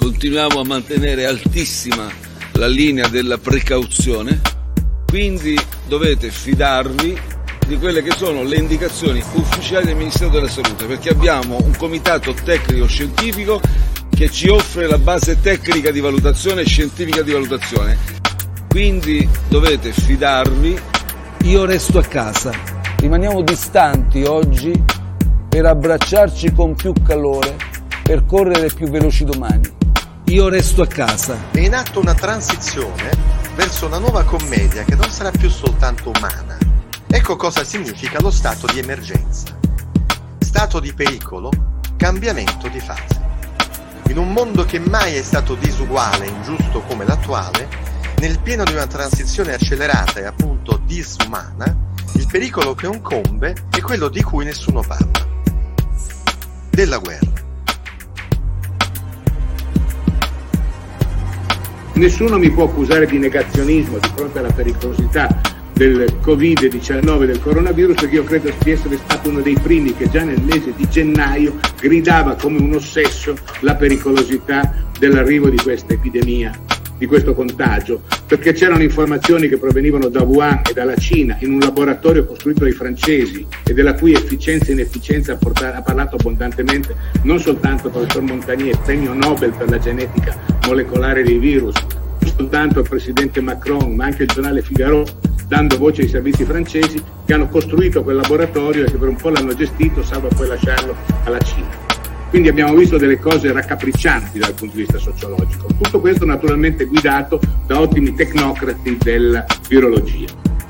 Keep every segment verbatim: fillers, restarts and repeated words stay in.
Continuiamo a mantenere altissima la linea della precauzione, quindi dovete fidarvi di quelle che sono le indicazioni ufficiali del Ministero della Salute, perché abbiamo un comitato tecnico-scientifico che ci offre la base tecnica di valutazione e scientifica di valutazione, quindi dovete fidarvi. Io resto a casa, rimaniamo distanti oggi per abbracciarci con più calore, per correre più veloci domani. Io resto a casa. È in atto una transizione verso una nuova commedia che non sarà più soltanto umana. Ecco cosa significa lo stato di emergenza. Stato di pericolo, cambiamento di fase. In un mondo che mai è stato disuguale e ingiusto come l'attuale, nel pieno di una transizione accelerata e appunto disumana, il pericolo che incombe è quello di cui nessuno parla. Della guerra. Nessuno mi può accusare di negazionismo di fronte alla pericolosità del covid diciannove, del coronavirus, perché io credo di essere stato uno dei primi che già nel mese di gennaio gridava come un ossesso la pericolosità dell'arrivo di questa epidemia, di questo contagio, perché c'erano informazioni che provenivano da Wuhan e dalla Cina in un laboratorio costruito dai francesi e della cui efficienza e inefficienza ha, portato, ha parlato abbondantemente non soltanto il professor Montagnier, premio Nobel per la genetica molecolare dei virus, non soltanto il presidente Macron, ma anche il giornale Figaro, dando voce ai servizi francesi che hanno costruito quel laboratorio e che per un po' l'hanno gestito, salvo poi lasciarlo alla Cina. Quindi abbiamo visto delle cose raccapriccianti dal punto di vista sociologico. Tutto questo naturalmente guidato da ottimi tecnocrati della virologia.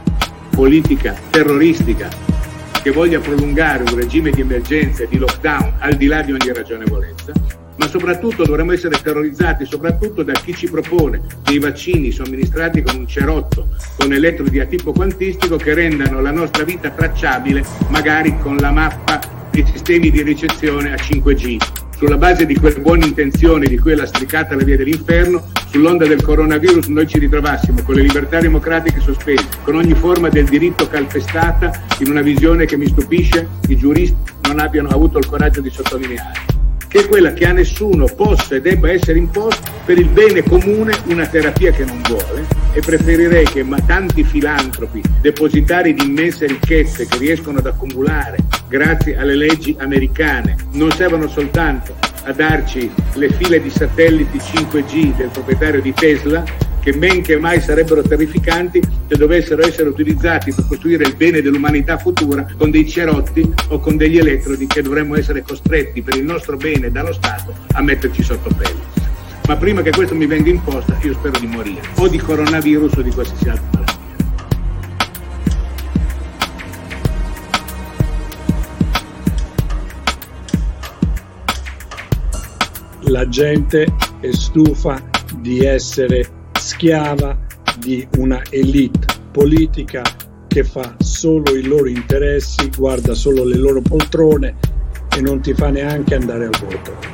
Politica terroristica che voglia prolungare un regime di emergenza e di lockdown al di là di ogni ragionevolezza, ma soprattutto dovremmo essere terrorizzati soprattutto da chi ci propone dei vaccini somministrati con un cerotto, con elettrodi a tipo quantistico che rendano la nostra vita tracciabile magari con la mappa dei sistemi di ricezione a cinque G. Sulla base di quelle buone intenzioni di cui è lastricata la via dell'inferno, sull'onda del coronavirus noi ci ritrovassimo con le libertà democratiche sospese, con ogni forma del diritto calpestata, in una visione che mi stupisce i giuristi non abbiano avuto il coraggio di sottolineare, che è quella che a nessuno possa e debba essere imposta per il bene comune una terapia che non vuole, e preferirei che ma tanti filantropi, depositari di immense ricchezze che riescono ad accumulare grazie alle leggi americane, non servono soltanto a darci le file di satelliti cinque G del proprietario di Tesla, che men che mai sarebbero terrificanti se dovessero essere utilizzati per costruire il bene dell'umanità futura con dei cerotti o con degli elettrodi che dovremmo essere costretti per il nostro bene dallo Stato a metterci sotto pelle. Ma prima che questo mi venga imposta io spero di morire, o di coronavirus o di qualsiasi altra malattia. La gente è stufa di essere schiava di una elite politica che fa solo i loro interessi, guarda solo le loro poltrone e non ti fa neanche andare al voto.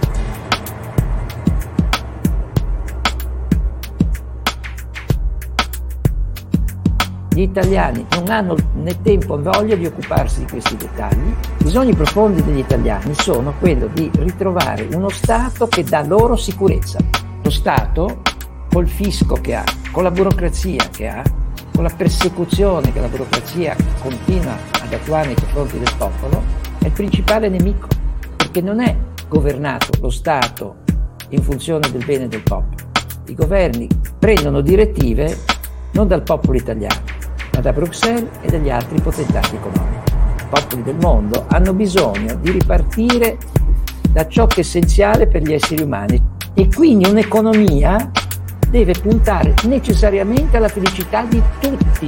Gli italiani non hanno né tempo né voglia di occuparsi di questi dettagli. I bisogni profondi degli italiani sono quello di ritrovare uno Stato che dà loro sicurezza. Lo Stato, col fisco che ha, con la burocrazia che ha, con la persecuzione che la burocrazia continua ad attuare nei confronti del popolo, è il principale nemico, perché non è governato lo Stato in funzione del bene del popolo. I governi prendono direttive non dal popolo italiano, ma da Bruxelles e dagli altri potentati economici. I popoli del mondo hanno bisogno di ripartire da ciò che è essenziale per gli esseri umani e quindi un'economia deve puntare necessariamente alla felicità di tutti.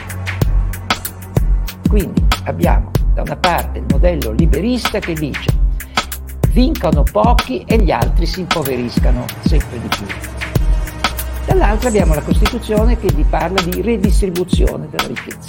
Quindi abbiamo da una parte il modello liberista che dice vincano pochi e gli altri si impoveriscano sempre di più. Dall'altra abbiamo la Costituzione che vi parla di redistribuzione della ricchezza.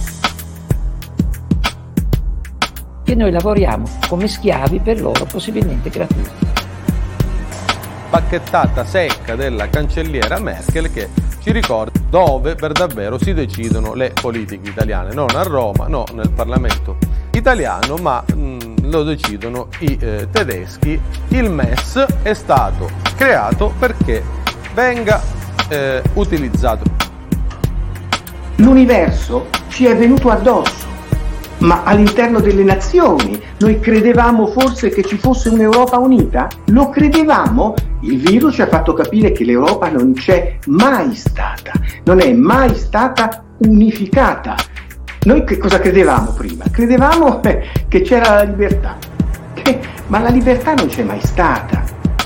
Che noi lavoriamo come schiavi per loro, possibilmente gratuiti. Bacchettata secca della cancelliera Merkel che ci ricorda dove per davvero si decidono le politiche italiane, non a Roma, no nel Parlamento italiano, ma mh, lo decidono i eh, tedeschi. Il M E S è stato creato perché venga eh, utilizzato. L'universo ci è venuto addosso, ma all'interno delle nazioni noi credevamo forse che ci fosse un'Europa unita? Lo credevamo? Il virus ci ha fatto capire che l'Europa non c'è mai stata, non è mai stata unificata. Noi che cosa credevamo prima? Credevamo eh, che c'era la libertà, che, ma la libertà non c'è mai stata,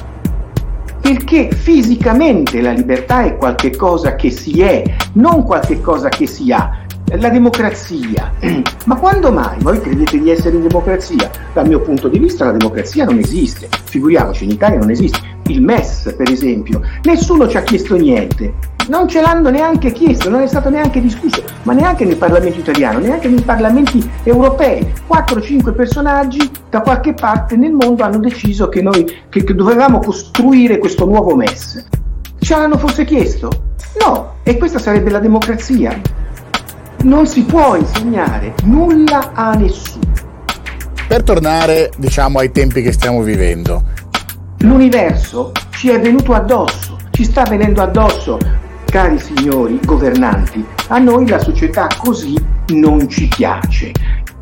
perché fisicamente la libertà è qualche cosa che si è, non qualche cosa che si ha. La democrazia, ma quando mai voi credete di essere in democrazia? Dal mio punto di vista la democrazia non esiste, figuriamoci, in Italia non esiste. Il M E S, per esempio, nessuno ci ha chiesto niente, non ce l'hanno neanche chiesto, non è stato neanche discusso, ma neanche nel Parlamento italiano, neanche nei Parlamenti europei. quattro cinque personaggi da qualche parte nel mondo hanno deciso che noi che, che dovevamo costruire questo nuovo M E S. Ce l'hanno forse chiesto? No, e questa sarebbe la democrazia. Non si può insegnare nulla a nessuno. Per tornare, diciamo, ai tempi che stiamo vivendo. L'universo ci è venuto addosso, ci sta venendo addosso, cari signori governanti. A noi la società così non ci piace.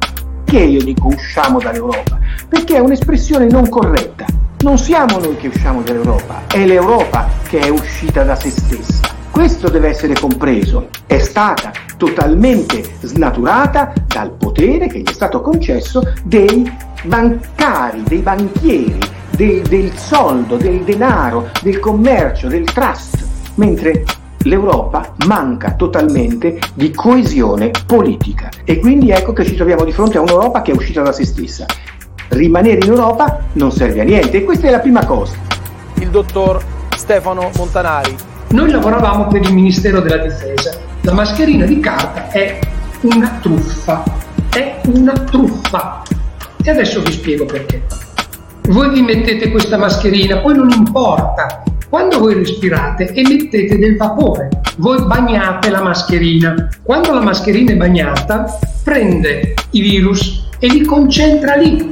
Che io dico usciamo dall'Europa? Perché è un'espressione non corretta. Non siamo noi che usciamo dall'Europa, è l'Europa che è uscita da se stessa. Questo deve essere compreso. È stata totalmente snaturata dal potere che gli è stato concesso dei bancari, dei banchieri, del, del soldo, del denaro, del commercio, del trust, mentre l'Europa manca totalmente di coesione politica. E quindi ecco che ci troviamo di fronte a un'Europa che è uscita da se stessa. Rimanere in Europa non serve a niente, e questa è la prima cosa. Il dottor Stefano Montanari. Noi lavoravamo per il Ministero della Difesa. La mascherina di carta è una truffa, è una truffa. E adesso vi spiego perché. Voi vi mettete questa mascherina, poi non importa. Quando voi respirate emettete del vapore, voi bagnate la mascherina. Quando la mascherina è bagnata, prende i virus e li concentra lì.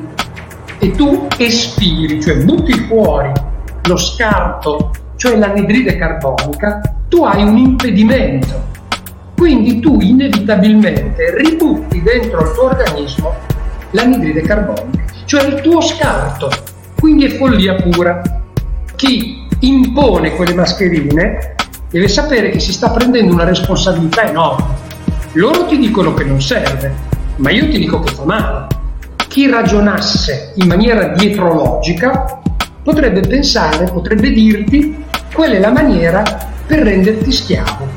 E tu espiri, cioè butti fuori lo scarto, cioè l'anidride carbonica, tu hai un impedimento. Quindi tu inevitabilmente ributti dentro il tuo organismo l'anidride carbonica, cioè il tuo scarto. Quindi è follia pura. Chi impone quelle mascherine deve sapere che si sta prendendo una responsabilità enorme. Loro ti dicono che non serve, ma io ti dico che fa male. Chi ragionasse in maniera dietrologica potrebbe pensare, potrebbe dirti qual è la maniera per renderti schiavo.